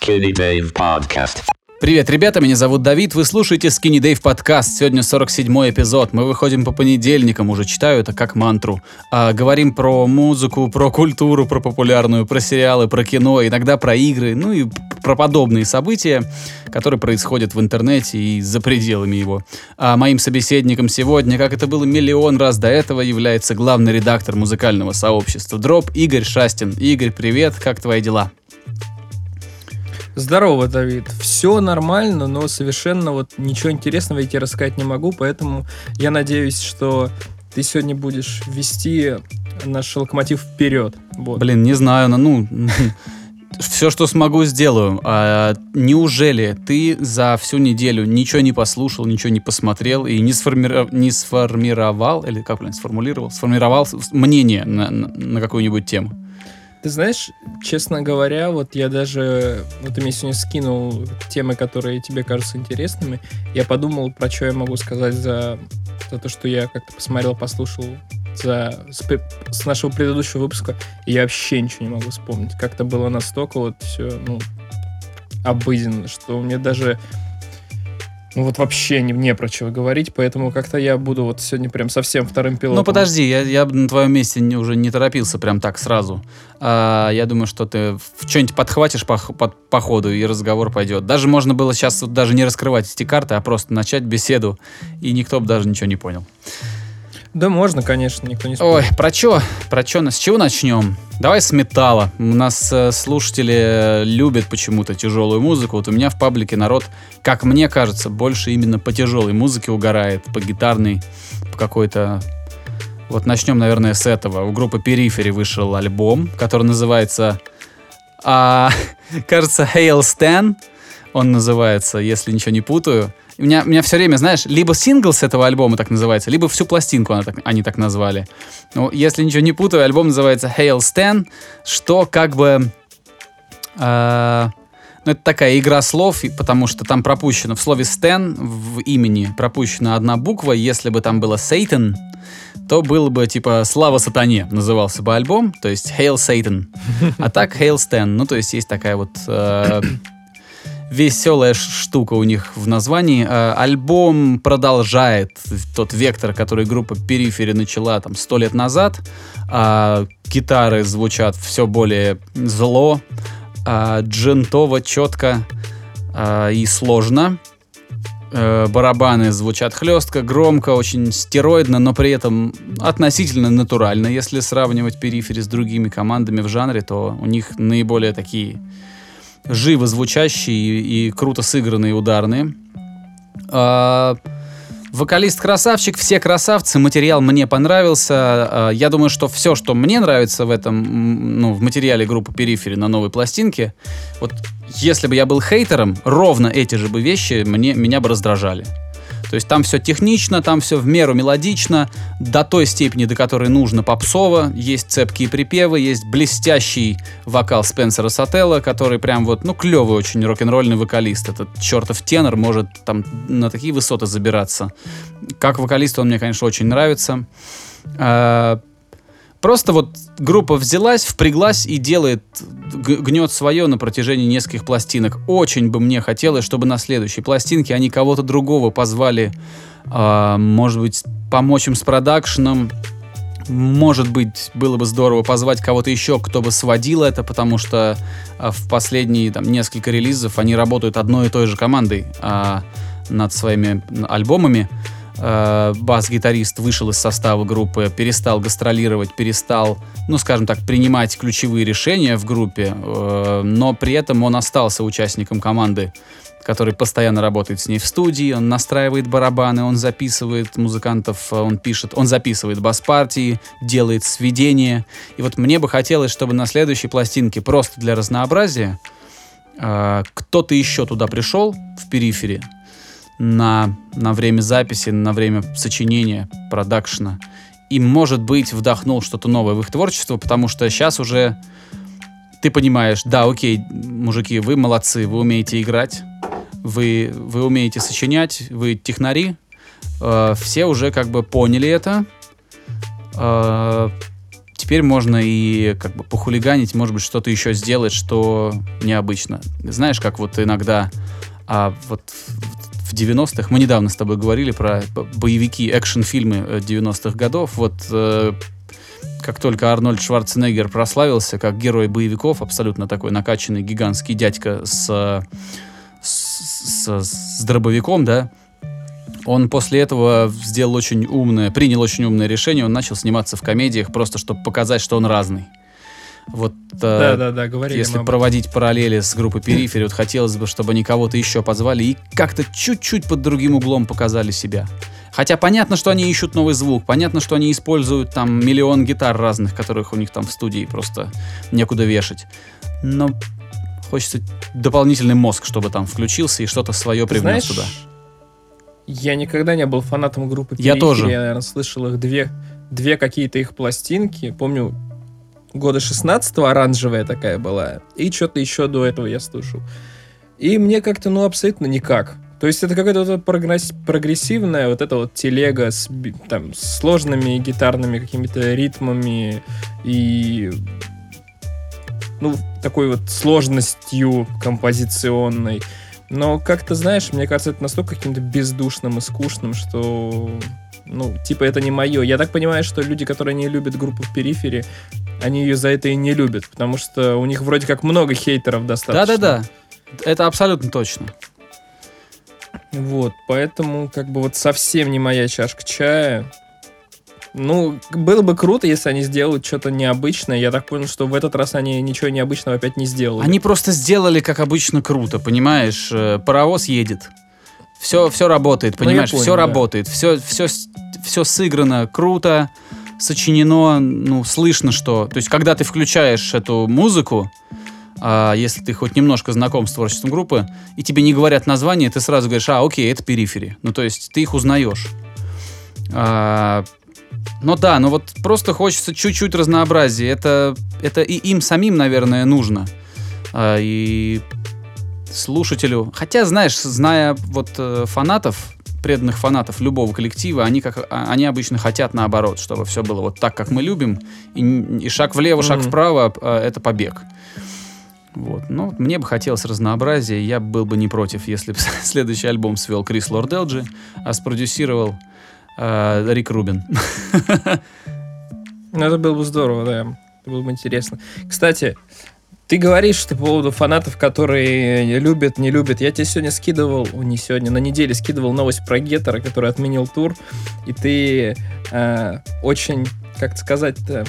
Skinny Dave Podcast. Привет, ребята, меня зовут Давид, вы слушаете Skinny Dave подкаст, сегодня 47-й эпизод, мы выходим по понедельникам, уже читаю это как мантру, говорим про музыку, про культуру, про популярную, про сериалы, про кино, иногда про игры, ну и про подобные события, которые происходят в интернете и за пределами его. А моим собеседником сегодня, как это было миллион раз до этого, является главный редактор музыкального сообщества Drop Игорь Шастин. Игорь, привет, как твои дела? Здорово, Давид. Все нормально, но совершенно вот ничего интересного я тебе рассказать не могу, поэтому я надеюсь, что ты сегодня будешь вести наш локомотив вперед. Вот. Блин, не знаю, все, что смогу, сделаю. Неужели ты за всю неделю ничего не послушал, ничего не посмотрел и не сформировал, или как правильно сформировал мнение на какую-нибудь тему? Ты знаешь, честно говоря, вот я даже... Вот ты мне сегодня скинул темы, которые тебе кажутся интересными. Я подумал, про что я могу сказать за то, что я как-то посмотрел, послушал с нашего предыдущего выпуска. И я вообще ничего не могу вспомнить. Как-то было настолько вот все, обыденно, что мне даже... вообще не про чего говорить, поэтому как-то я буду вот сегодня прям совсем вторым пилотом. Ну, подожди, я бы на твоем месте уже не торопился прям так сразу. Я думаю, что ты что-нибудь подхватишь по ходу, и разговор пойдет. Даже можно было сейчас вот даже не раскрывать эти карты, а просто начать беседу, и никто бы даже ничего не понял. Да можно, конечно, никто не спорит. Ой, про чё? С чего начнем? Давай с металла. У нас слушатели любят почему-то тяжелую музыку. Вот у меня в паблике народ, как мне кажется, больше именно по тяжелой музыке угорает, по гитарной, по какой-то... Вот начнем, наверное, с этого. У группы Periphery вышел альбом, который называется... кажется, Hail Stan. Он называется, если ничего не путаю. У меня все время, знаешь, либо сингл с этого альбома так называется, либо всю пластинку они так назвали. Ну, если ничего не путаю, альбом называется Hail Stan, что как бы... это такая игра слов, потому что там пропущено в слове Stan, в имени пропущена одна буква. Если бы там было Satan, то было бы типа «Слава сатане» назывался бы альбом, то есть Hail Satan. А так Hail Stan, то есть есть такая вот... веселая штука у них в названии. Альбом продолжает тот вектор, который группа Periphery начала 100 лет назад. Гитары звучат все более зло, джентово, четко и сложно. Барабаны звучат хлестко, громко, очень стероидно, но при этом относительно натурально. Если сравнивать Periphery с другими командами в жанре, то у них наиболее такие... живо звучащие и круто сыгранные ударные. Вокалист красавчик, все красавцы, материал мне понравился. Я думаю, что все, что мне нравится в этом, в материале группы Periphery на новой пластинке, вот если бы я был хейтером, ровно эти же бы вещи меня бы раздражали. То есть там все технично, там все в меру мелодично, до той степени, до которой нужно попсово. Есть цепкие припевы, есть блестящий вокал Спенсера Сателла, который прям клевый очень рок-н-ролльный вокалист. Этот чертов тенор может там на такие высоты забираться. Как вокалист он мне, конечно, очень нравится. Просто группа взялась, впряглась и гнет свое на протяжении нескольких пластинок. Очень бы мне хотелось, чтобы на следующей пластинке они кого-то другого позвали, может быть, помочь им с продакшеном. Может быть, было бы здорово позвать кого-то еще, кто бы сводил это, потому что в последние несколько релизов они работают одной и той же командой над своими альбомами. Бас-гитарист вышел из состава группы, перестал гастролировать, перестал, принимать ключевые решения в группе, но при этом он остался участником команды, который постоянно работает с ней в студии, он настраивает барабаны, он записывает музыкантов, он записывает бас-партии, делает сведения. И мне бы хотелось, чтобы на следующей пластинке просто для разнообразия кто-то еще туда пришел в Periphery, на время записи, на время сочинения, продакшена. И, может быть, вдохнул что-то новое в их творчество, потому что сейчас уже ты понимаешь, да, окей, мужики, вы молодцы, вы умеете играть, вы умеете сочинять, вы технари, все уже поняли это. теперь можно и как бы похулиганить, может быть, что-то еще сделать, что необычно. Знаешь, как вот иногда вот в 90-х, мы недавно с тобой говорили про боевики, экшн-фильмы 90-х годов, вот как только Арнольд Шварценеггер прославился как герой боевиков, абсолютно такой накачанный гигантский дядька с дробовиком, да, он после этого принял очень умное решение, он начал сниматься в комедиях просто, чтобы показать, что он разный. Вот Да, говорили. Если проводить параллели с группой Перифери, вот хотелось бы, чтобы они кого-то еще позвали и как-то чуть-чуть под другим углом показали себя. Хотя понятно, что они ищут новый звук, понятно, что они используют там миллион гитар разных, которых у них там в студии просто некуда вешать. Но хочется дополнительный мозг, чтобы там включился и что-то свое привнес туда. Я никогда не был фанатом группы Перифери. Я тоже. Я, наверное, слышал их две какие-то их пластинки. Помню, года 16-го оранжевая такая была. И что-то еще до этого я слушал. И мне как-то, абсолютно никак. То есть это какая-то вот прогрессивная вот эта вот телега с сложными гитарными какими-то ритмами и такой вот сложностью композиционной. Но как-то, знаешь, мне кажется, это настолько каким-то бездушным и скучным, что это не мое. Я так понимаю, что люди, которые не любят группу Перифери, они ее за это и не любят, потому что у них вроде как много хейтеров достаточно. Да, это абсолютно точно. Вот, поэтому совсем не моя чашка чая. Было бы круто, если они сделают что-то необычное. Я так понял, что в этот раз они ничего необычного опять не сделали. Они просто сделали, как обычно, круто, понимаешь? Паровоз едет. Все работает, понимаешь? Понял, все да. работает. Все сыграно круто, сочинено, слышно, что... То есть, когда ты включаешь эту музыку, если ты хоть немножко знаком с творчеством группы, и тебе не говорят название, ты сразу говоришь, окей, это Перифери. То есть, ты их узнаешь. Вот просто хочется чуть-чуть разнообразия. Это и им самим, наверное, нужно. И слушателю. Хотя, знаешь, зная фанатов, преданных фанатов любого коллектива, они обычно хотят наоборот, чтобы все было вот так, как мы любим. И шаг влево, шаг вправо — это побег. Вот. Мне бы хотелось разнообразия. Я был бы не против, если бы следующий альбом свел Крис Лорд-Элджи, а спродюсировал Рик Рубин. Это было бы здорово, да. Это было бы интересно. Кстати, ты говоришь, что по поводу фанатов, которые любят, не любят. Я тебе сегодня скидывал, на неделе скидывал новость про Геттера, который отменил тур. И ты очень, как сказать-то,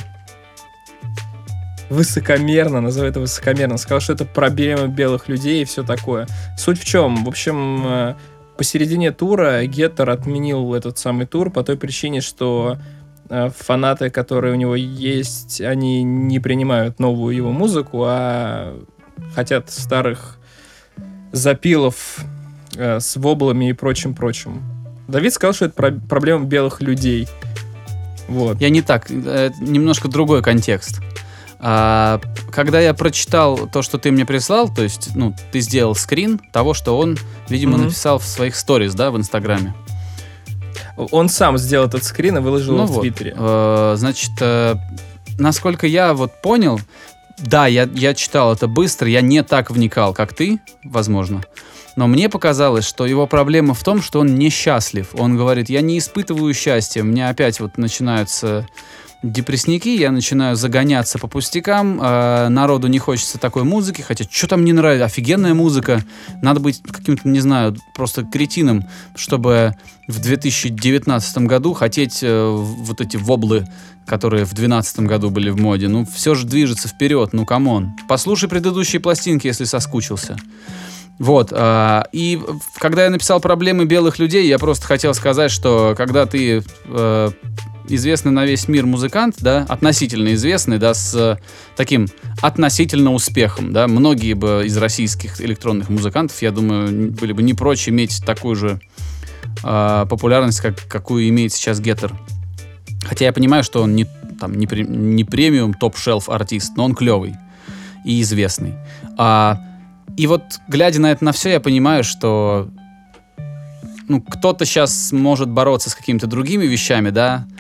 высокомерно, назову это высокомерно, сказал, что это проблема белых людей и все такое. Суть в чем? В общем, посередине тура Геттер отменил этот самый тур по той причине, что фанаты, которые у него есть, они не принимают новую его музыку, а хотят старых запилов с воблами и прочим-прочим. Давид сказал, что это проблема белых людей. Вот. Я не так, немножко другой контекст. Когда я прочитал то, что ты мне прислал, то есть, ты сделал скрин того, что он, видимо, написал в своих сторис, да, в Инстаграме. Он сам сделал этот скрин и выложил его в Твиттере. Значит, насколько я понял, да, я читал это быстро, я не так вникал, как ты, возможно, но мне показалось, что его проблема в том, что он несчастлив. Он говорит, я не испытываю счастья, у меня опять начинаются депрессники, я начинаю загоняться по пустякам, народу не хочется такой музыки, хотя что там не нравится, офигенная музыка, надо быть каким-то, не знаю, просто кретином, чтобы в 2019 году хотеть эти воблы, которые в 2012 году были в моде, все же движется вперед, камон. Послушай предыдущие пластинки, если соскучился. Вот, и когда я написал «Проблемы белых людей», я просто хотел сказать, что когда ты известный на весь мир музыкант, да, относительно известный, да, с таким относительно успехом, да, многие бы из российских электронных музыкантов, я думаю, были бы не прочь иметь такую же популярность, какую имеет сейчас Геттер. Хотя я понимаю, что он не премиум топ-шелф артист, но он клевый и известный. И глядя на это на все, я понимаю, что кто-то сейчас может бороться с какими-то другими вещами, да,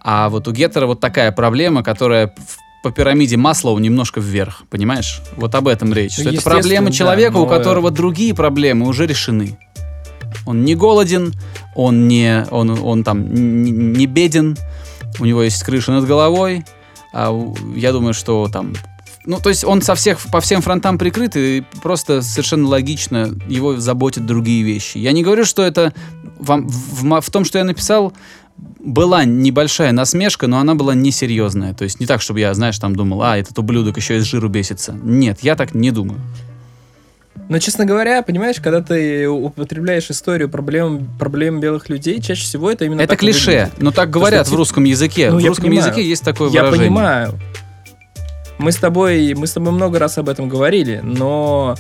А вот у Геттера вот такая проблема, которая по пирамиде Маслоу немножко вверх, понимаешь? Вот об этом речь. Ну, Что это проблема человека, да, у которого другие проблемы уже решены. Он не голоден, он там не беден, у него есть крыша над головой. Я думаю, что там... Ну, то есть он по всем фронтам прикрыт, и просто совершенно логично его заботят другие вещи. Я не говорю, что это... В том, что я написал, была небольшая насмешка, но она была несерьезная. То есть не так, чтобы я, знаешь, там думал, этот ублюдок еще из жиру бесится. Нет, я так не думаю. Но, честно говоря, понимаешь, когда ты употребляешь историю проблем белых людей, чаще всего это именно это так клише, выглядит. но так говорят в русском языке. Ну, в русском языке есть такое выражение. Я понимаю. Мы с тобой много раз об этом говорили, но...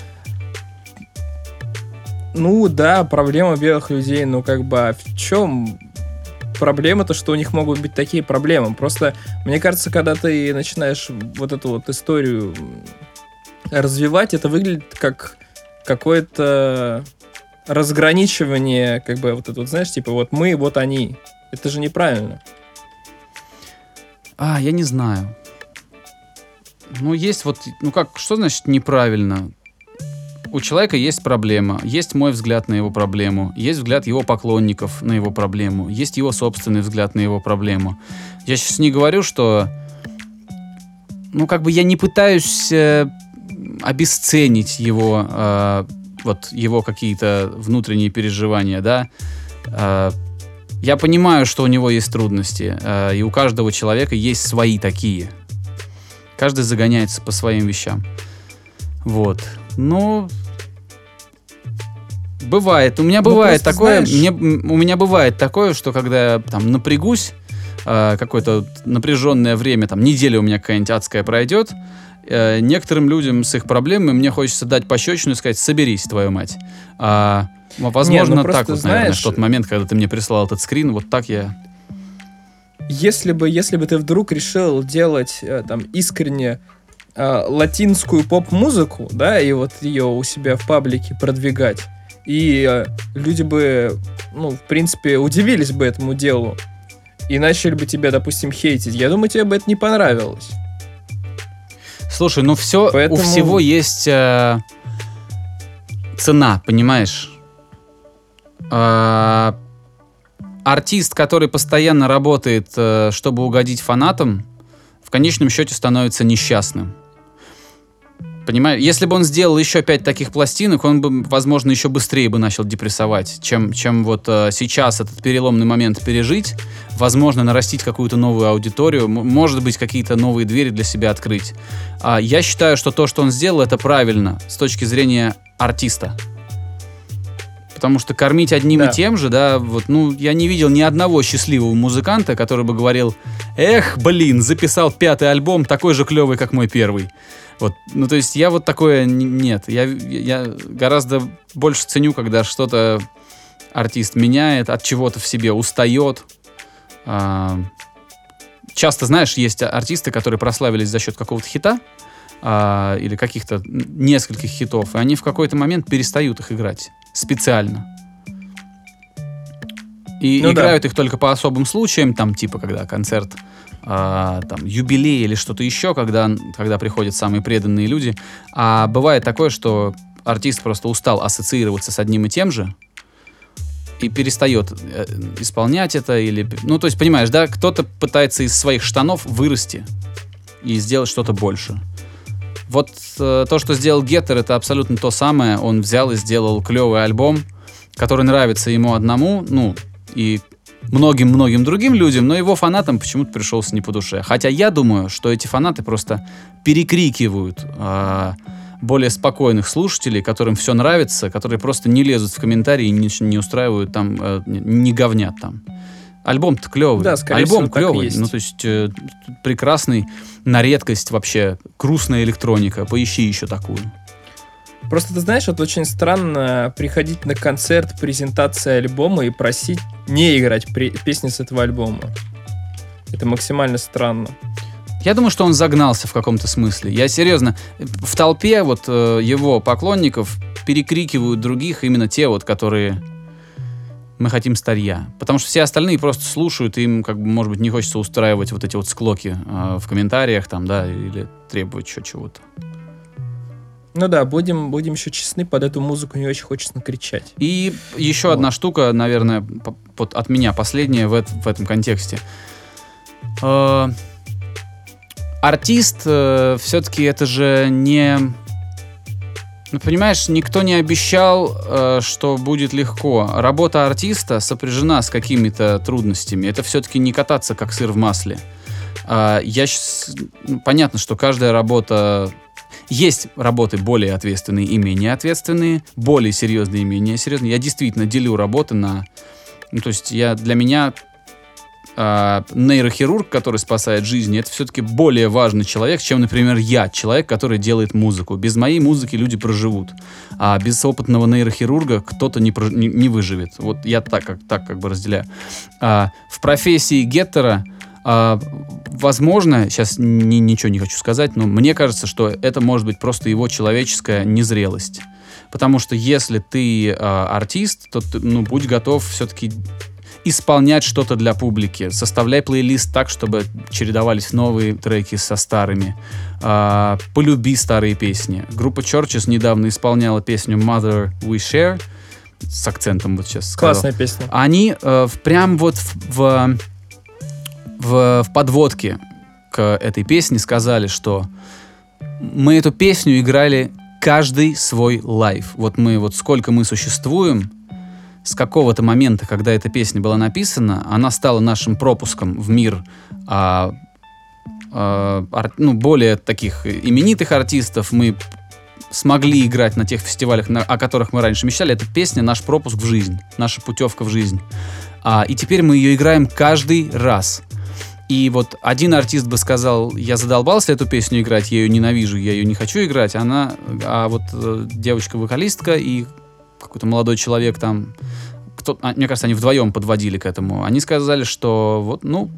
Ну да, проблема белых людей, но как бы а в чем проблема-то, что у них могут быть такие проблемы? Просто, мне кажется, когда ты начинаешь вот эту вот историю развивать, это выглядит как какое-то разграничивание, как бы вот это вот, знаешь, типа вот мы, вот они. Это же неправильно. Я не знаю. Ну, есть вот... Ну, что значит неправильно? У человека есть проблема. Есть мой взгляд на его проблему. Есть взгляд его поклонников на его проблему. Есть его собственный взгляд на его проблему. Я сейчас не говорю, что... Ну, как бы я не пытаюсь обесценить его... его какие-то внутренние переживания, да? Я понимаю, что у него есть трудности. И у каждого человека есть свои такие. Каждый загоняется по своим вещам. Вот. Ну, бывает. У меня бывает такое. У меня бывает такое, что когда я там напрягусь, какое-то напряженное время, там неделя у меня какая-нибудь адская пройдет, некоторым людям с их проблемами мне хочется дать пощечину и сказать: соберись, твою мать. Возможно, так вот, наверное, в тот момент, когда ты мне прислал этот скрин, вот так я... Если бы ты вдруг решил делать там искренне латинскую поп-музыку, да, и вот ее у себя в паблике продвигать, и люди бы, ну, в принципе, удивились бы этому делу и начали бы тебя, допустим, хейтить, я думаю, тебе бы это не понравилось. Слушай, ну у всего есть цена, понимаешь? Артист, который постоянно работает, чтобы угодить фанатам, в конечном счете становится несчастным. Понимаешь? Если бы он сделал еще 5 таких пластинок, он бы, возможно, еще быстрее бы начал депрессовать, чем вот сейчас этот переломный момент пережить, возможно, нарастить какую-то новую аудиторию, может быть, какие-то новые двери для себя открыть. Я считаю, что то, что он сделал, это правильно с точки зрения артиста. Потому что кормить одним и тем же, да, вот, ну, я не видел ни одного счастливого музыканта, который бы говорил: эх, блин, записал 5-й альбом, такой же клевый, как мой первый. Вот, ну, то есть я вот такое... Нет, я гораздо больше ценю, когда что-то артист меняет, от чего-то в себе устает. Часто, знаешь, есть артисты, которые прославились за счет какого-то хита, или каких-то нескольких хитов, и они в какой-то момент перестают их играть специально. И играют их только по особым случаям, там, типа, когда концерт, там, юбилей или что-то еще, когда приходят самые преданные люди. А бывает такое, что артист просто устал ассоциироваться с одним и тем же и перестает исполнять это, или... Ну, то есть, понимаешь, да, кто-то пытается из своих штанов вырасти и сделать что-то больше. Вот то, что сделал Геттер, это абсолютно то самое. Он взял и сделал клевый альбом, который нравится ему одному, ну, и многим-многим другим людям, но его фанатам почему-то пришелся не по душе. Хотя я думаю, что эти фанаты просто перекрикивают более спокойных слушателей, которым все нравится, которые просто не лезут в комментарии и не устраивают там, не говнят там. Альбом-то клевый. Да, скорее всего, альбом клевый. есть. Ну, то есть прекрасный, на редкость вообще, грустная электроника. Поищи еще такую. Просто, ты знаешь, вот очень странно приходить на концерт, презентация альбома и просить не играть песни с этого альбома. Это максимально странно. Я думаю, что он загнался в каком-то смысле. Я серьезно, в толпе вот его поклонников перекрикивают других именно те вот, которые... мы хотим старья. Потому что все остальные просто слушают, и им, как бы, может быть, не хочется устраивать вот эти вот склоки в комментариях, там, да, или требовать еще чего-то. Ну да, будем еще честны, под эту музыку не очень хочется накричать. И еще одна штука, наверное, вот от меня последняя в этом контексте. Артист все-таки это же не... Ну, понимаешь, никто не обещал, что будет легко. Работа артиста сопряжена с какими-то трудностями. Это все-таки не кататься, как сыр в масле. Понятно, что каждая работа... Есть работы более ответственные и менее ответственные, более серьезные и менее серьезные. Я действительно делю работы на... Ну, то есть для меня нейрохирург, который спасает жизни, это все-таки более важный человек, чем, например, я, человек, который делает музыку. Без моей музыки люди проживут, а без опытного нейрохирурга кто-то не выживет. Вот я так как бы разделяю. В профессии геттера, возможно, сейчас ничего не хочу сказать, но мне кажется, что это может быть просто его человеческая незрелость. Потому что если ты артист, то ты, будь готов все-таки исполнять что-то для публики. Составляй плейлист так, чтобы чередовались новые треки со старыми. Полюби старые песни. Группа Churches недавно исполняла песню Mother We Share, с акцентом вот сейчас сказал. Классная песня. Они прям вот в подводке к этой песне сказали, что мы эту песню играли каждый свой лайв. Вот сколько мы существуем, с какого-то момента, когда эта песня была написана, она стала нашим пропуском в мир более таких именитых артистов. Мы смогли играть на тех фестивалях, о которых мы раньше мечтали. Эта песня — наш пропуск в жизнь, наша путевка в жизнь. И теперь мы ее играем каждый раз. И вот один артист бы сказал: я задолбался эту песню играть, я ее ненавижу, я ее не хочу играть. А вот девочка-вокалистка и какой-то молодой человек там, мне кажется, они вдвоем подводили к этому. Они сказали, что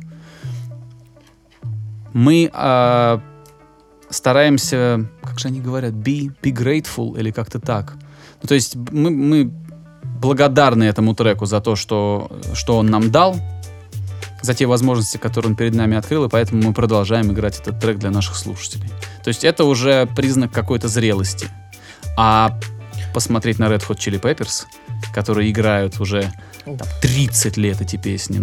мы стараемся, как же они говорят, be grateful или как-то так. Ну, то есть мы благодарны этому треку за то, что он нам дал, за те возможности, которые он перед нами открыл, и поэтому мы продолжаем играть этот трек для наших слушателей. То есть это уже признак какой-то зрелости. А посмотреть на Red Hot Chili Peppers, которые играют уже 30 лет эти песни,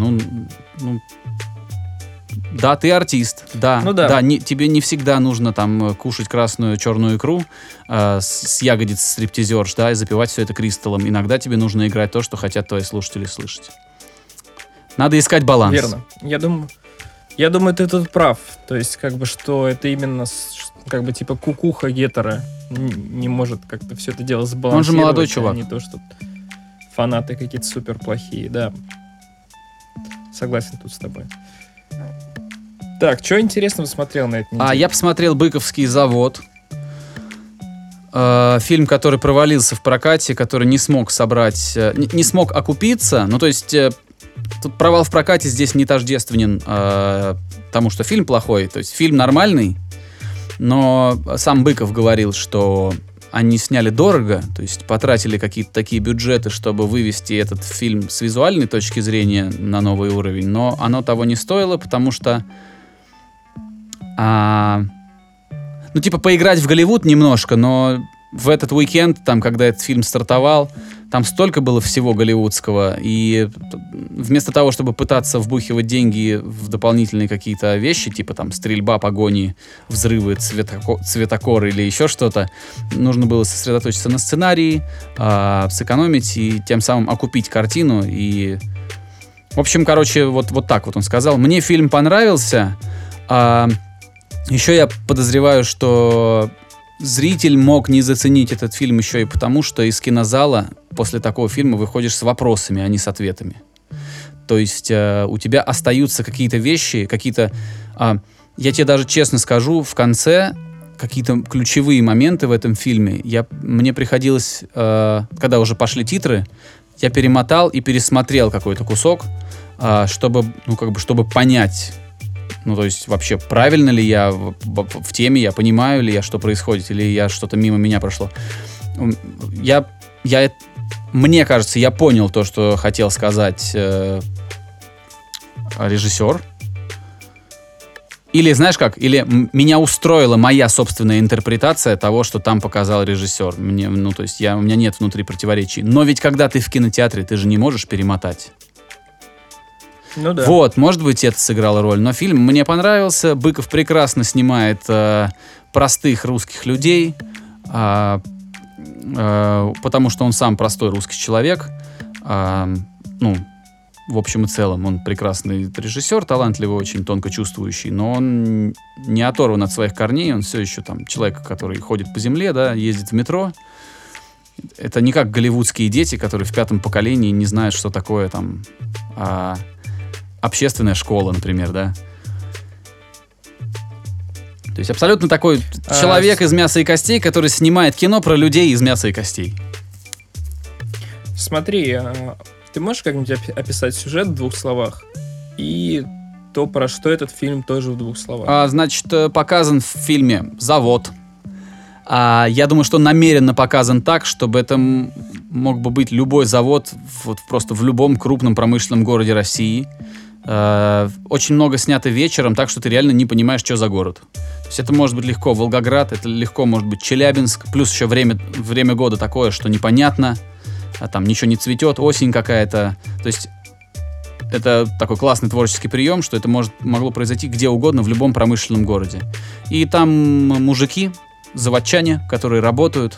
да, ты артист, да, тебе не всегда нужно там кушать красную, черную икру с ягодиц стриптизерш, да, и запивать все это кристаллом. Иногда тебе нужно играть то, что хотят твои слушатели слышать. Надо искать баланс. Верно. Я думаю, ты тут прав. То есть, что это именно типа кукуха геттера не может как-то все это дело сбалансировать. Он же молодой чувак. А не то, что фанаты какие-то супер плохие, да. Согласен тут с тобой. Так, что интересного смотрел на этой неделе? Я посмотрел «Быковский завод». Фильм, который провалился в прокате, который не смог собрать, не смог окупиться. Ну, то есть, тут провал в прокате здесь не тождественен тому, что фильм плохой. То есть, фильм нормальный, но сам Быков говорил, что они сняли дорого, то есть потратили какие-то такие бюджеты, чтобы вывести этот фильм с визуальной точки зрения на новый уровень, но оно того не стоило, потому что поиграть в Голливуд немножко, но в этот уикенд, там, когда этот фильм стартовал, там столько было всего голливудского, и вместо того, чтобы пытаться вбухивать деньги в дополнительные какие-то вещи, типа там стрельба, погони, взрывы, цветокоры или еще что-то, нужно было сосредоточиться на сценарии, сэкономить и тем самым окупить картину. И, в общем, вот так вот он сказал. Мне фильм понравился. Еще я подозреваю, что зритель мог не заценить этот фильм еще и потому, что из кинозала после такого фильма выходишь с вопросами, а не с ответами. То есть у тебя остаются какие-то вещи, я тебе даже честно скажу, в конце какие-то ключевые моменты в этом фильме, мне приходилось, когда уже пошли титры, я перемотал и пересмотрел какой-то кусок, чтобы понять, то есть вообще правильно ли я в теме, я понимаю ли я, что происходит, или что-то мимо меня прошло. Я мне кажется, я понял то, что хотел сказать режиссер. Или, знаешь как, или меня устроила моя собственная интерпретация того, что там показал режиссер. То есть у меня нет внутри противоречий. Но ведь когда ты в кинотеатре, ты же не можешь перемотать. Ну да. Вот, может быть, это сыграло роль. Но фильм мне понравился. Быков прекрасно снимает простых русских людей, потому что он сам простой русский человек. В общем и целом, он прекрасный режиссер, талантливый, очень тонко чувствующий, но он не оторван от своих корней, он все еще там человек, который ходит по земле, да, ездит в метро. Это не как голливудские дети, которые в 5-м поколении не знают, что такое там общественная школа, например, да. То есть абсолютно такой человек из мяса и костей, который снимает кино про людей из мяса и костей. Смотри, ты можешь как-нибудь описать сюжет в 2 словах? И то, про что этот фильм, тоже в 2 словах. Значит, показан в фильме завод. Я думаю, что намеренно показан так, чтобы это мог бы быть любой завод просто в любом крупном промышленном городе России. Очень много снято вечером, так что ты реально не понимаешь, что за город. То есть это может быть легко Волгоград, это легко может быть Челябинск, плюс еще время года такое, что непонятно. Там ничего не цветет, осень какая-то. То есть это такой классный творческий прием, что это могло произойти где угодно, в любом промышленном городе. И там мужики, заводчане, которые работают,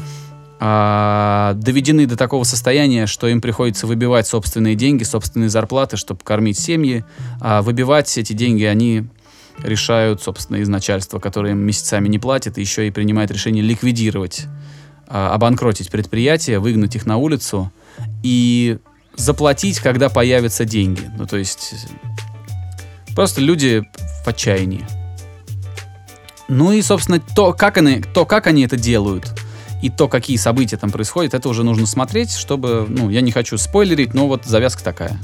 доведены до такого состояния, что им приходится выбивать собственные деньги, собственные зарплаты, чтобы кормить семьи. Выбивать эти деньги они решают, собственно, из начальства, которое им месяцами не платит, и еще и принимает решение ликвидировать, обанкротить предприятия, выгнать их на улицу и заплатить, когда появятся деньги. То есть просто люди в отчаянии. И, собственно, то, как они это делают, и то, какие события там происходят, это уже нужно смотреть, чтобы, я не хочу спойлерить, но вот завязка такая.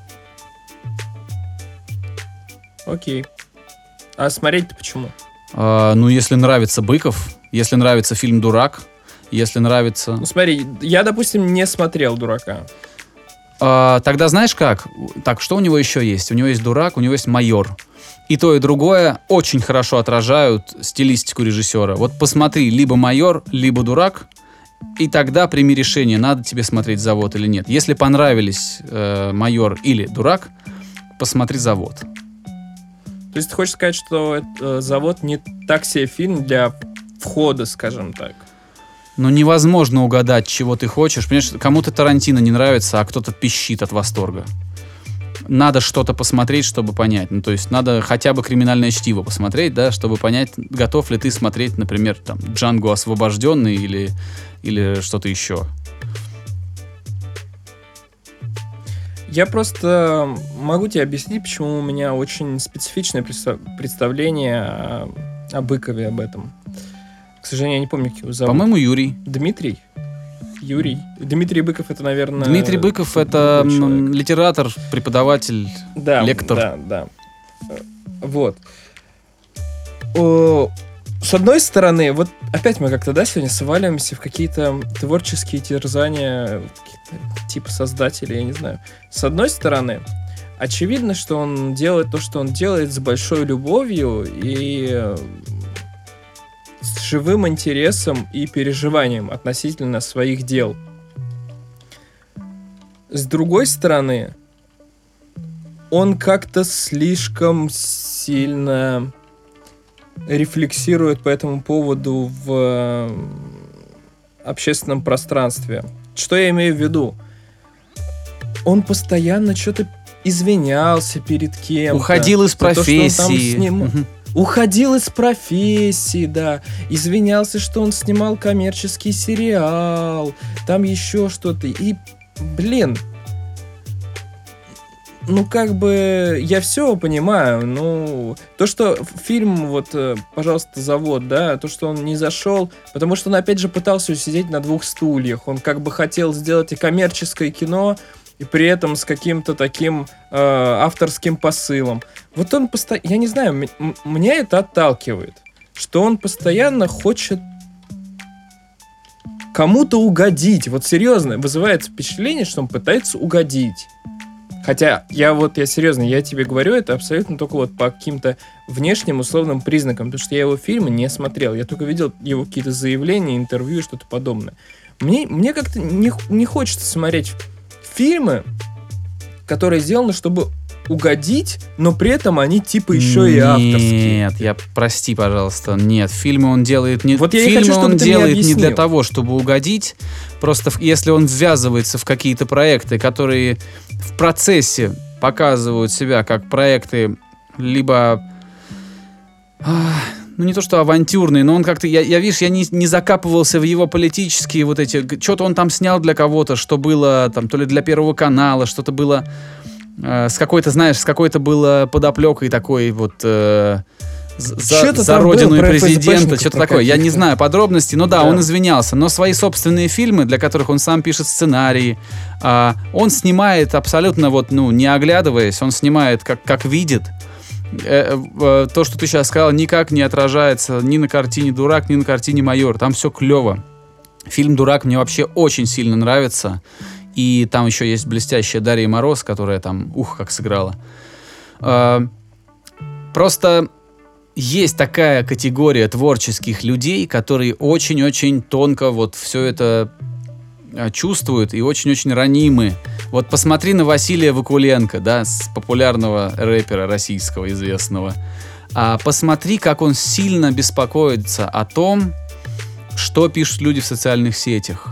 Окей. А смотреть-то почему? Если нравится Быков, если нравится фильм «Дурак», если нравится... Смотри, я, допустим, не смотрел «Дурака». Тогда знаешь как? Так, что у него еще есть? У него есть «Дурак», у него есть «Майор». И то, и другое очень хорошо отражают стилистику режиссера. Вот посмотри либо «Майор», либо «Дурак», и тогда прими решение, надо тебе смотреть «Завод» или нет. Если понравились «Майор» или «Дурак», посмотри «Завод». То есть ты хочешь сказать, что «Завод» не так себе фильм для входа, скажем так? Невозможно угадать, чего ты хочешь. Понимаешь, кому-то Тарантино не нравится, а кто-то пищит от восторга. Надо что-то посмотреть, чтобы понять. То есть надо хотя бы «Криминальное чтиво» посмотреть, да, чтобы понять, готов ли ты смотреть, например, там, «Джанго освобожденный» или что-то еще. Я просто могу тебе объяснить, почему у меня очень специфичное представление о Быкове, об этом. К сожалению, я не помню, как его зовут. По-моему, Юрий. Дмитрий? Юрий. Дмитрий Быков — это, наверное... Дмитрий Быков — это литератор, преподаватель, лектор. Да. Вот. С одной стороны, вот опять мы как-то, сегодня сваливаемся в какие-то творческие терзания, типа создателей, я не знаю. С одной стороны, очевидно, что он делает то, что он делает, с большой любовью и с живым интересом и переживанием относительно своих дел. С другой стороны, он как-то слишком сильно рефлексирует по этому поводу в общественном пространстве. Что я имею в виду? Он постоянно что-то извинялся перед кем-то. Уходил из профессии. Уходил из профессии, да. Извинялся, что он снимал коммерческий сериал. Там еще что-то. И, я все понимаю, то, что фильм, пожалуйста, «Завод», да, то, что он не зашел, потому что он, опять же, пытался сидеть на 2 стульях, он хотел сделать и коммерческое кино, и при этом с каким-то таким авторским посылом. Он постоянно, я не знаю, меня это отталкивает, что он постоянно хочет кому-то угодить. Вот серьезно, вызывает впечатление, что он пытается угодить. Хотя я серьезно, я тебе говорю, это абсолютно только вот по каким-то внешним условным признакам, потому что я его фильмы не смотрел, я только видел его какие-то заявления, интервью, что-то подобное. Мне как-то не хочется смотреть фильмы, которые сделаны, чтобы угодить, но при этом они типа еще и авторские. Нет, прости, пожалуйста, нет, фильмы он делает не... Вот я не хочу, чтобы он ты мне делает не объяснил. для того, чтобы угодить, просто если он ввязывается в какие-то проекты, которые в процессе показывают себя как проекты либо... Ну, не то, что авантюрный, но он как-то... Я видишь, я не закапывался в его политические вот эти... Что-то он там снял для кого-то, что было там то ли для Первого канала, что-то было... с какой-то было подоплекой такой вот за родину и президента, что-то такое. Я не знаю подробностей, но да, он извинялся. Но свои собственные фильмы, для которых он сам пишет сценарии, он снимает абсолютно не оглядываясь, он снимает как видит. То, что ты сейчас сказал, никак не отражается ни на картине «Дурак», ни на картине «Майор». Там все клево. Фильм «Дурак» мне вообще очень сильно нравится. И там еще есть блестящая Дарья Мороз, которая там, как сыграла. Просто есть такая категория творческих людей, которые очень-очень тонко вот все это чувствуют и очень-очень ранимы. Вот посмотри на Василия Вакуленко, да, популярного рэпера российского, известного. Посмотри, как он сильно беспокоится о том, что пишут люди в социальных сетях.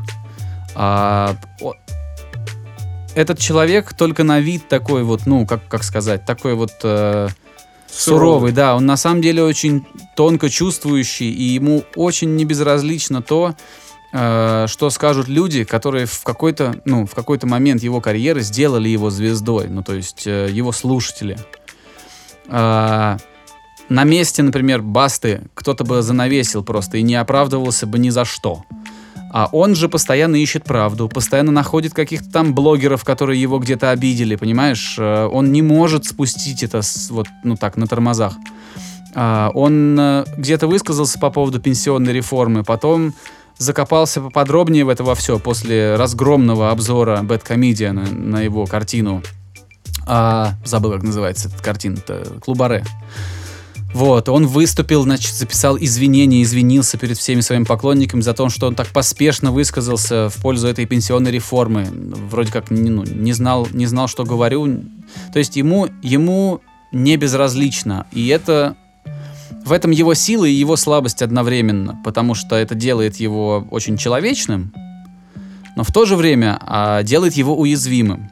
Этот человек только на вид такой вот, как сказать, такой вот суровый, да. Он на самом деле очень тонко чувствующий, и ему очень небезразлично то, что скажут люди, которые в какой-то момент его карьеры сделали его звездой, то есть его слушатели. На месте, например, Басты кто-то бы занавесил просто и не оправдывался бы ни за что. А он же постоянно ищет правду, постоянно находит каких-то там блогеров, которые его где-то обидели, понимаешь? Он не может спустить это так, на тормозах. Он где-то высказался по поводу пенсионной реформы, потом закопался поподробнее в это во все после разгромного обзора Бэдкомедиана на его картину. Забыл, как называется эта картина-то. «Клубаре». Вот, он выступил, записал извинения, извинился перед всеми своими поклонниками за то, что он так поспешно высказался в пользу этой пенсионной реформы. Вроде как не знал, что говорю. То есть ему не безразлично. И в этом его сила и его слабость одновременно, потому что это делает его очень человечным, но в то же время делает его уязвимым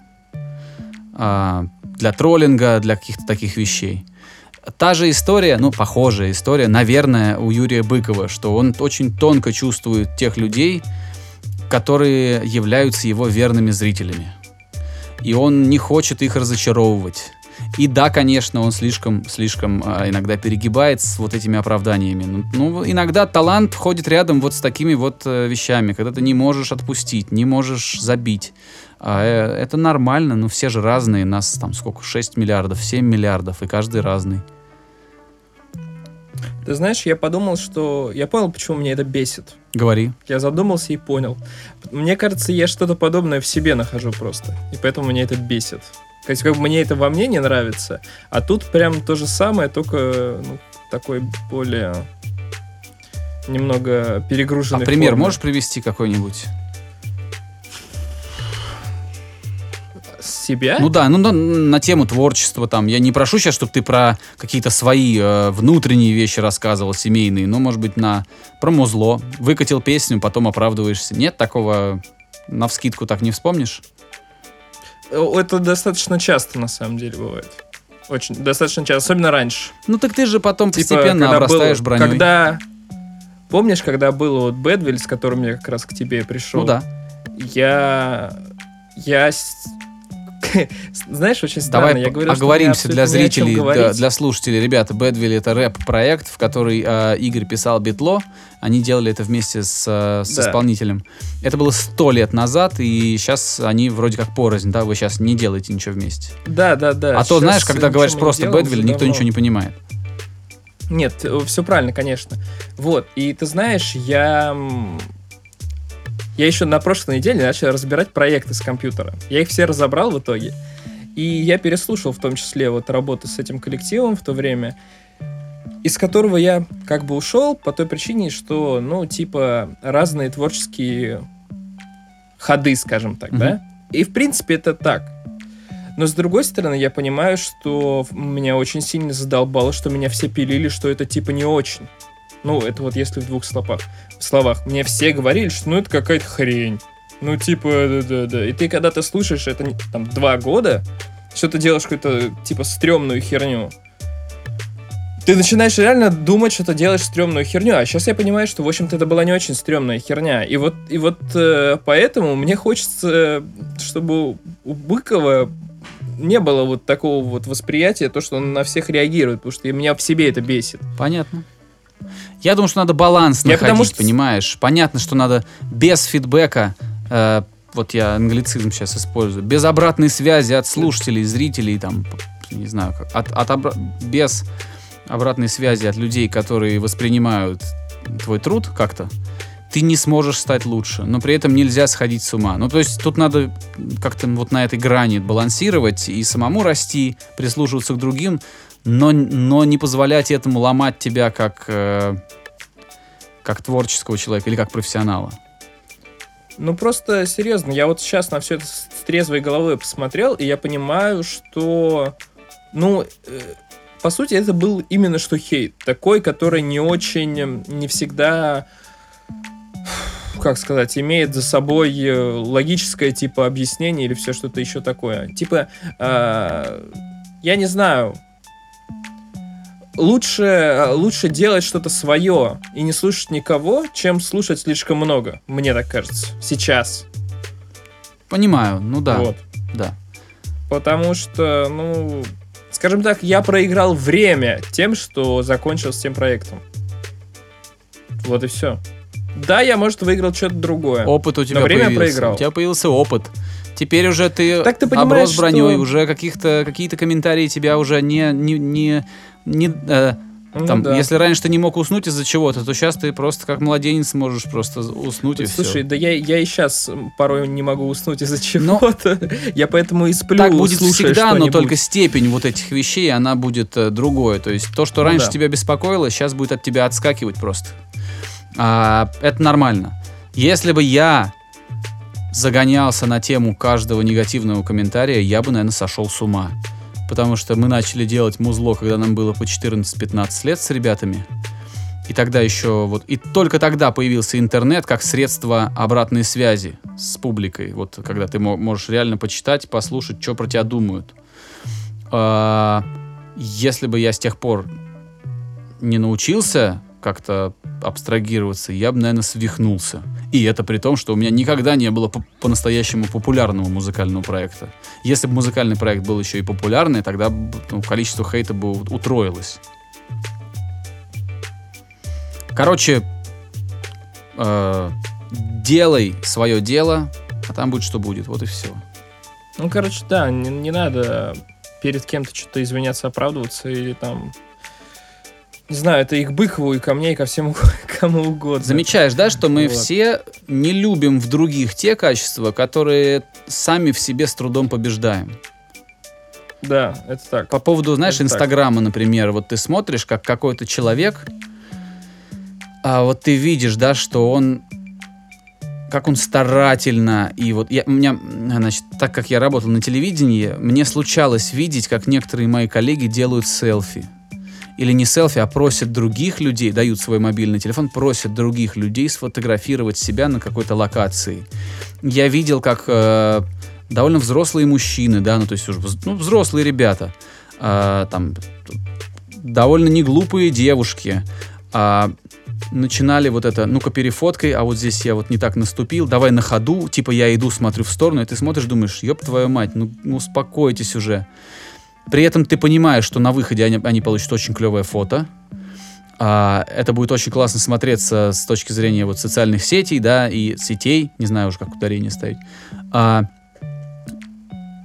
для троллинга, для каких-то таких вещей. Та же история, похожая история, наверное, у Юрия Быкова, что он очень тонко чувствует тех людей, которые являются его верными зрителями. И он не хочет их разочаровывать. И да, конечно, он слишком иногда перегибает с вот этими оправданиями. Иногда талант ходит рядом вот с такими вот вещами, когда ты не можешь отпустить, не можешь забить. Это нормально, все же разные. Нас там сколько? 6 миллиардов, 7 миллиардов, и каждый разный. Ты знаешь, я подумал, что... Я понял, почему меня это бесит. Говори. Я задумался и понял. Мне кажется, я что-то подобное в себе нахожу просто. И поэтому меня это бесит. То есть, мне это во мне не нравится, а тут прям то же самое, только такой более немного перегруженный. Пример можешь привести какой-нибудь? Себя? На тему творчества там. Я не прошу сейчас, чтобы ты про какие-то свои внутренние вещи рассказывал, семейные, но, может быть, про музло. Выкатил песню, потом оправдываешься. Нет такого, навскидку так не вспомнишь? Это достаточно часто, на самом деле, бывает. Очень, достаточно часто, особенно раньше. Так ты же потом постепенно обрастаешь броней. Помнишь, когда был Бэдвиль, с которым я как раз к тебе пришел? Да. Я знаешь, очень странно. Давай я говорил, оговоримся для зрителей, для слушателей. Ребята, Бэдвиль — это рэп-проект, в который Игорь писал битло. Они делали это вместе с исполнителем. Это было 100 лет назад, и сейчас они вроде как порознь, да? Вы сейчас не делаете ничего вместе. Да. А то, знаешь, когда говоришь просто Бэдвиль, никто ничего не понимает. Нет, все правильно, конечно. Вот, и ты знаешь, Я еще на прошлой неделе начал разбирать проекты с компьютера. Я их все разобрал в итоге. И я переслушал в том числе вот работы с этим коллективом в то время, из которого я как бы ушел по той причине, что, ну, типа, разные творческие ходы, скажем так, да? И, в принципе, это так. Но, с другой стороны, я понимаю, что меня очень сильно задолбало, что меня все пилили, что это, типа, не очень. Ну, это вот если в двух словах. Мне все говорили, что, ну, это какая-то хрень. Ну, типа, да. И ты, когда ты слушаешь это, там, 2 года, что ты делаешь какую-то, типа, стрёмную херню, ты начинаешь реально думать, что ты делаешь стрёмную херню. А сейчас я понимаю, что, в общем-то, это была не очень стрёмная херня. И вот поэтому мне хочется, чтобы у Быкова не было вот такого вот восприятия, то, что он на всех реагирует, потому что меня в себе это бесит. Понятно. Я думаю, что надо баланс находить, понимаешь? Понятно, что надо без фидбэка, вот я англицизм сейчас использую, без обратной связи от слушателей, зрителей, там, не знаю, без обратной связи от людей, которые воспринимают твой труд как-то, ты не сможешь стать лучше, но при этом нельзя сходить с ума. Ну, то есть тут надо как-то вот на этой грани балансировать и самому расти, прислушиваться к другим, но не позволять этому ломать тебя как творческого человека или как профессионала. Ну, просто, серьезно, я вот сейчас на все это с трезвой головой посмотрел, и я понимаю, что, ну, по сути, это был именно что хейт. Такой, который не очень, не всегда, как сказать, имеет за собой логическое, типа, объяснение или все что-то еще такое. Типа, я не знаю, лучше делать что-то свое и не слушать никого, чем слушать слишком много, мне так кажется, сейчас. Понимаю, ну да. Вот. Да. Потому что, ну, скажем так, я проиграл время тем, что закончил с тем проектом. Вот и все. Да, я, может, выиграл что-то другое. Опыт у тебя но время появился. проиграл. У тебя появился опыт. Теперь уже ты Так ты оброс броней, что... уже какие-то комментарии тебя уже там, да. если раньше ты не мог уснуть из-за чего-то, то сейчас ты просто как младенец можешь просто уснуть и все. Слушай, да я и сейчас порой не могу уснуть из-за чего-то. Я поэтому и сплю, так будет слушая всегда, что-нибудь. но только степень вот этих вещей, она будет другой. То есть то, что раньше да. тебя беспокоило, сейчас будет от тебя отскакивать просто. Это нормально. Если бы я загонялся на тему каждого негативного комментария, я бы, наверное, сошел с ума. Потому что мы начали делать музло, когда нам было по 14-15 лет с ребятами. И тогда еще вот... И только тогда появился интернет как средство обратной связи с публикой. Вот когда ты можешь реально почитать, послушать, что про тебя думают. Если бы я с тех пор не научился как-то абстрагироваться, я бы, наверное, свихнулся. И это при том, что у меня никогда не было по-настоящему популярного музыкального проекта. Если бы музыкальный проект был еще и популярный, тогда количество хейта бы утроилось. Короче, делай свое дело, а там будет что будет. Вот и все. Ну, короче, да, не надо перед кем-то что-то извиняться, оправдываться или там... Не знаю, это и к Быкову, и ко мне, и ко всему, кому угодно. Замечаешь, да, что мы все не любим в других те качества, которые сами в себе с трудом побеждаем. Да, это так. По поводу, знаешь, это Инстаграма, так. Например, вот ты смотришь, как какой-то человек, а вот ты видишь, да, что он, как он старательно, и вот у меня, значит, так как я работал на телевидении, мне случалось видеть, как некоторые мои коллеги делают селфи. Или не селфи, а просят других людей, дают свой мобильный телефон, просят других людей сфотографировать себя на какой-то локации. Я видел, как довольно взрослые мужчины, да, ну то есть уже взрослые ребята, там довольно неглупые девушки начинали вот это, ну-ка перефоткай, а вот здесь я вот не так наступил, давай на ходу, типа я иду, смотрю в сторону, и ты смотришь, думаешь, ёб твою мать, ну успокойтесь уже. При этом ты понимаешь, что на выходе они получат очень клевое фото. Это будет очень классно смотреться с точки зрения вот социальных сетей, да, и сетей, не знаю уже, как ударение ставить.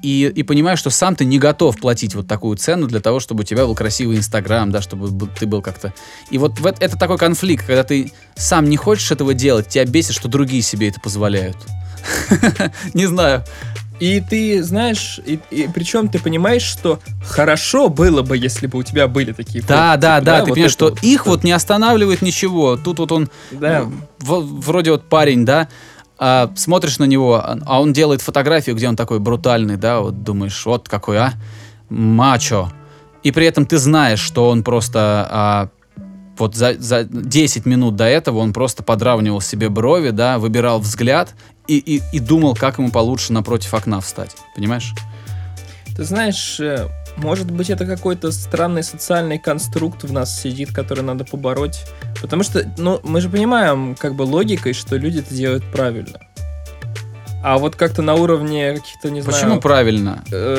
и понимаешь, что сам ты не готов платить вот такую цену для того, чтобы у тебя был красивый Инстаграм, да, чтобы ты был как-то... И вот это такой конфликт, когда ты сам не хочешь этого делать, тебя бесит, что другие себе это позволяют. Не знаю. И ты знаешь, и причем ты понимаешь, что хорошо было бы, если бы у тебя были такие фотки. Да, ты вот понимаешь, что вот, их вот не останавливает ничего. Тут вот он, да. вроде вот парень, да, смотришь на него, а он делает фотографию, где он такой брутальный, да, вот думаешь, вот какой, мачо. И при этом ты знаешь, что он просто... Вот за 10 минут до этого он просто подравнивал себе брови, да, выбирал взгляд и думал, как ему получше напротив окна встать. Понимаешь? Ты знаешь, может быть, это какой-то странный социальный конструкт в нас сидит, который надо побороть. Потому что, мы же понимаем, как бы логикой, что люди это делают правильно. А вот как-то на уровне каких-то, не знаю... Почему правильно?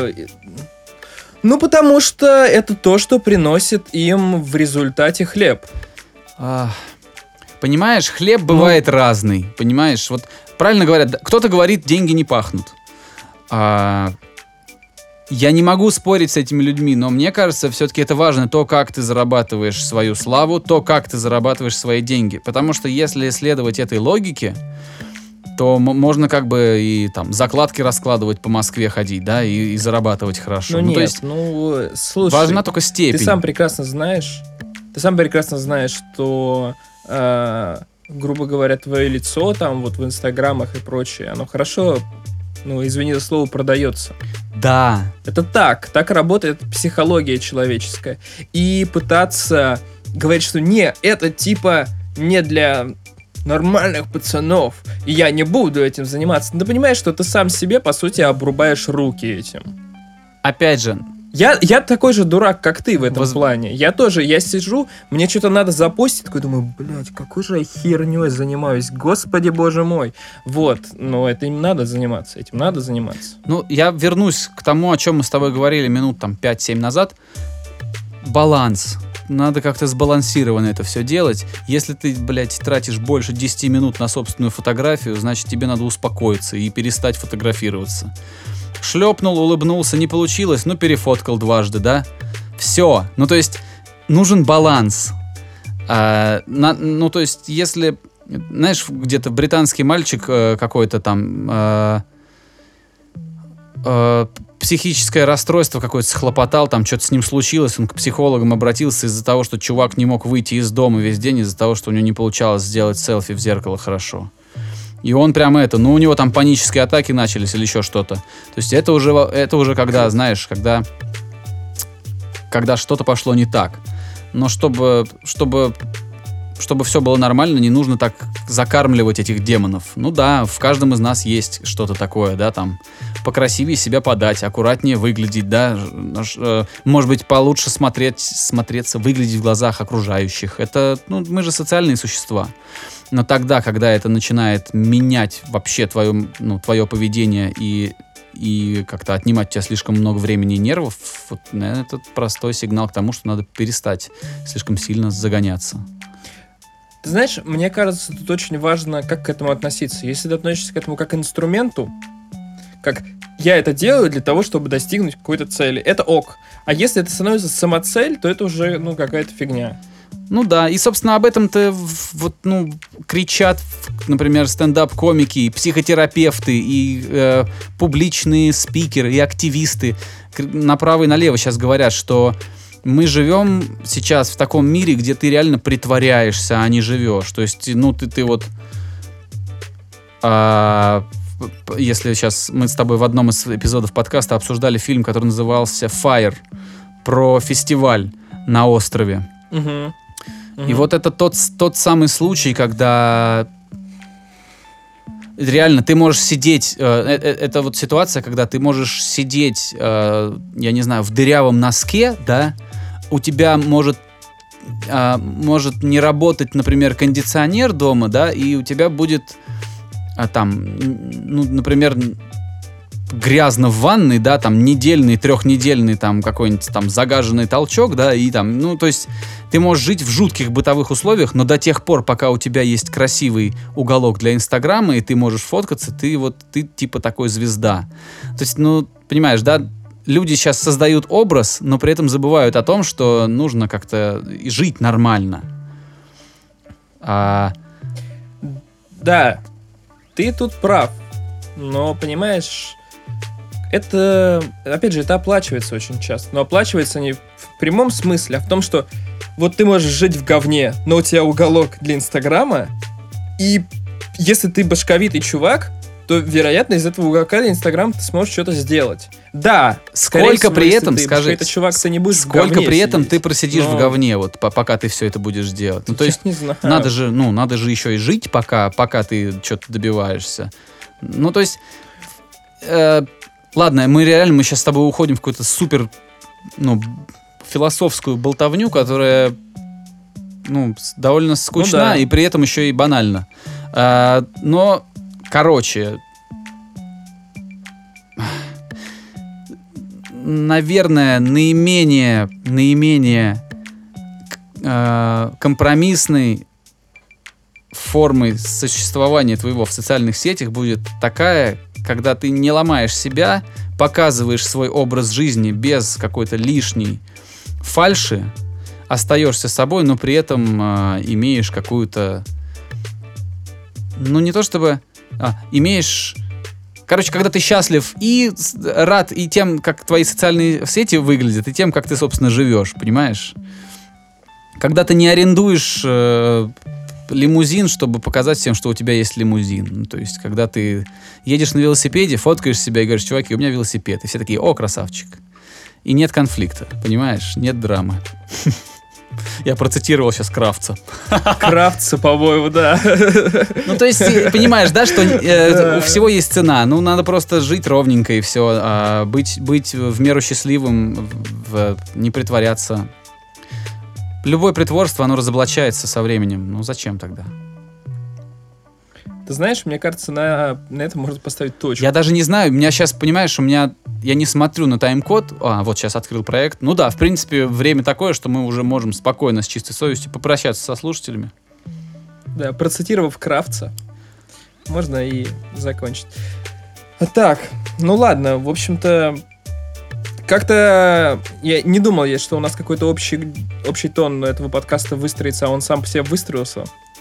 Потому что это то, что приносит им в результате хлеб. Понимаешь, хлеб бывает разный. Понимаешь, вот правильно говорят, кто-то говорит, деньги не пахнут. Я не могу спорить с этими людьми, но мне кажется, все-таки это важно, то, как ты зарабатываешь свою славу, то, как ты зарабатываешь свои деньги. Потому что если следовать этой логике, то можно как бы и там закладки раскладывать по Москве ходить, да, и зарабатывать хорошо. Нет, то есть слушай, важна только степень. Ты сам прекрасно знаешь, что, грубо говоря, твое лицо там вот в инстаграмах и прочее, оно хорошо, извини за слово, продается. Да. Это так работает психология человеческая. И пытаться говорить, что это типа не для нормальных пацанов, и я не буду этим заниматься. Ты понимаешь, что ты сам себе, по сути, обрубаешь руки этим. Опять же... Я такой же дурак, как ты в этом плане. Я сижу, мне что-то надо запостить, такой думаю, блядь, какой же я херней занимаюсь, господи боже мой. Вот, но этим надо заниматься. Я вернусь к тому, о чем мы с тобой говорили минут 5-7 назад. Баланс. Надо как-то сбалансированно это все делать. Если ты, тратишь больше 10 минут на собственную фотографию, значит, тебе надо успокоиться и перестать фотографироваться. Шлепнул, улыбнулся, не получилось, перефоткал дважды, да? Все. То есть, нужен баланс. То есть, если, знаешь, где-то британский мальчик какой-то там... психическое расстройство какое-то схлопотал, там что-то с ним случилось, он к психологам обратился из-за того, что чувак не мог выйти из дома весь день, из-за того, что у него не получалось сделать селфи в зеркало хорошо. И он прямо у него там панические атаки начались или еще что-то. То есть это уже когда, знаешь, когда что-то пошло не так. Но чтобы все было нормально, не нужно так закармливать этих демонов. В каждом из нас есть что-то такое, да, там, покрасивее себя подать, аккуратнее выглядеть, да, может быть, получше смотреться, выглядеть в глазах окружающих. Это, мы же социальные существа. Но тогда, когда это начинает менять вообще твое поведение и как-то отнимать у тебя слишком много времени и нервов, наверное, это простой сигнал к тому, что надо перестать слишком сильно загоняться. Ты знаешь, мне кажется, тут очень важно, как к этому относиться. Если ты относишься к этому как к инструменту, как я это делаю для того, чтобы достигнуть какой-то цели, это ок. А если это становится самоцель, то это уже, какая-то фигня. И, собственно, об этом-то кричат, например, стендап-комики, и психотерапевты, и публичные спикеры, и активисты направо и налево сейчас говорят, что мы живем сейчас в таком мире, где ты реально притворяешься, а не живешь. То есть, ты вот... если сейчас мы с тобой в одном из эпизодов подкаста обсуждали фильм, который назывался «Fire», про фестиваль на острове. И вот это тот самый случай, когда реально ты можешь сидеть, это вот ситуация, когда ты можешь сидеть, я не знаю, в дырявом носке, да, у тебя может не работать, например, кондиционер дома, да, и у тебя будет например, грязно в ванной, да, там недельный, трехнедельный там какой-нибудь там загаженный толчок, да, и там, ну, то есть ты можешь жить в жутких бытовых условиях, но до тех пор, пока у тебя есть красивый уголок для Инстаграма, и ты можешь фоткаться, ты типа такой звезда. То есть, ну, понимаешь, да, люди сейчас создают образ, но при этом забывают о том, что нужно как-то жить нормально. Да, ты тут прав, но, понимаешь, это, опять же, это оплачивается очень часто, но оплачивается не в прямом смысле, а в том, что вот ты можешь жить в говне, но у тебя уголок для Инстаграма, и если ты башковитый чувак, то, вероятно, из этого уголка для Инстаграма ты сможешь что-то сделать. Да, сколько при этом, скажи, чувак, ты не будешь сколько при этом сидеть, ты просидишь в говне, вот, пока ты все это будешь делать. Ну, то есть, не знаю. надо же еще и жить, пока ты что-то добиваешься. Ну, то есть, ладно, мы сейчас с тобой уходим в какую-то супер, философскую болтовню, которая, довольно скучна, да. и при этом еще и банальна. Но, короче, наверное, наименее компромиссной формой существования твоего в социальных сетях будет такая, когда ты не ломаешь себя, показываешь свой образ жизни без какой-то лишней фальши, остаешься собой, но при этом имеешь какую-то... не то чтобы... имеешь... Короче, когда ты счастлив и рад и тем, как твои социальные сети выглядят, и тем, как ты, собственно, живешь, понимаешь? Когда ты не арендуешь лимузин, чтобы показать всем, что у тебя есть лимузин. То есть, когда ты едешь на велосипеде, фоткаешь себя и говоришь: чуваки, у меня велосипед. И все такие: о, красавчик. И нет конфликта, понимаешь? Нет драмы. Я процитировал сейчас Кравца. Кравца, по-моему, да. Ну, то есть, понимаешь, да, что у всего есть цена. Ну, надо просто жить ровненько и все. Быть в меру счастливым, не притворяться. Любое притворство, оно разоблачается со временем. Ну, зачем тогда? Ты знаешь, мне кажется, на этом можно поставить точку. Я даже не знаю. У меня сейчас, понимаешь, я не смотрю на тайм-код. Вот сейчас открыл проект. Ну да, в принципе, время такое, что мы уже можем спокойно, с чистой совестью попрощаться со слушателями. Да, процитировав Кравца, можно и закончить. Так, ладно, в общем-то, как-то я не думал, что у нас какой-то общий тон этого подкаста выстроится, а он сам по себе выстроился,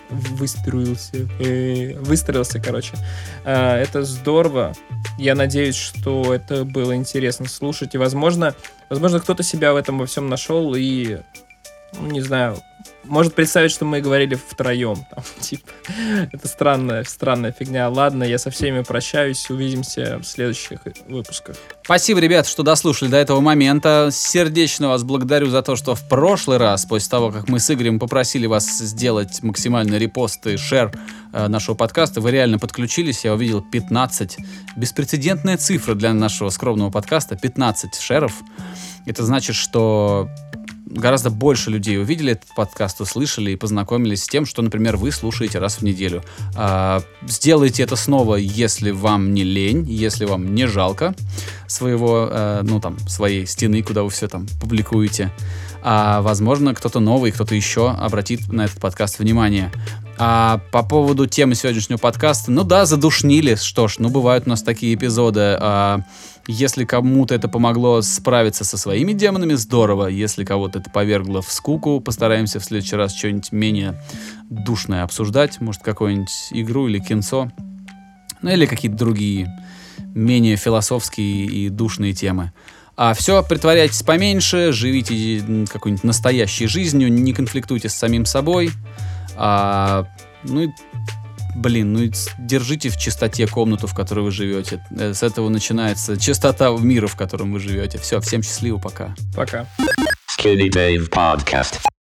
короче. Это здорово. Я надеюсь, что это было интересно слушать. И, возможно, кто-то себя в этом во всем нашел и, не знаю, может представить, что мы говорили втроем. Это странная фигня. Ладно, я со всеми прощаюсь. Увидимся в следующих выпусках. Спасибо, ребят, что дослушали до этого момента. Сердечно вас благодарю за то, что в прошлый раз, после того, как мы с Игорем попросили вас сделать максимальный репост и шер нашего подкаста, вы реально подключились. Я увидел 15. Беспрецедентная цифра для нашего скромного подкаста. 15 шеров. Это значит, что гораздо больше людей увидели этот подкаст, услышали и познакомились с тем, что, например, вы слушаете раз в неделю. Сделайте это снова, если вам не лень, если вам не жалко своей стены, куда вы все там публикуете. Возможно, кто-то новый, кто-то еще обратит на этот подкаст внимание. По поводу темы сегодняшнего подкаста, задушнили. Что ж, бывают у нас такие эпизоды. Если кому-то это помогло справиться со своими демонами, здорово. Если кого-то это повергло в скуку, постараемся в следующий раз что-нибудь менее душное обсуждать. Может, какую-нибудь игру или кинцо. Или какие-то другие менее философские и душные темы. Все, притворяйтесь поменьше, живите какой-нибудь настоящей жизнью, не конфликтуйте с самим собой. Держите в чистоте комнату, в которой вы живете. С этого начинается чистота мира, в котором вы живете. Все, всем счастливо, пока. Пока. Skinny Dave Podcast.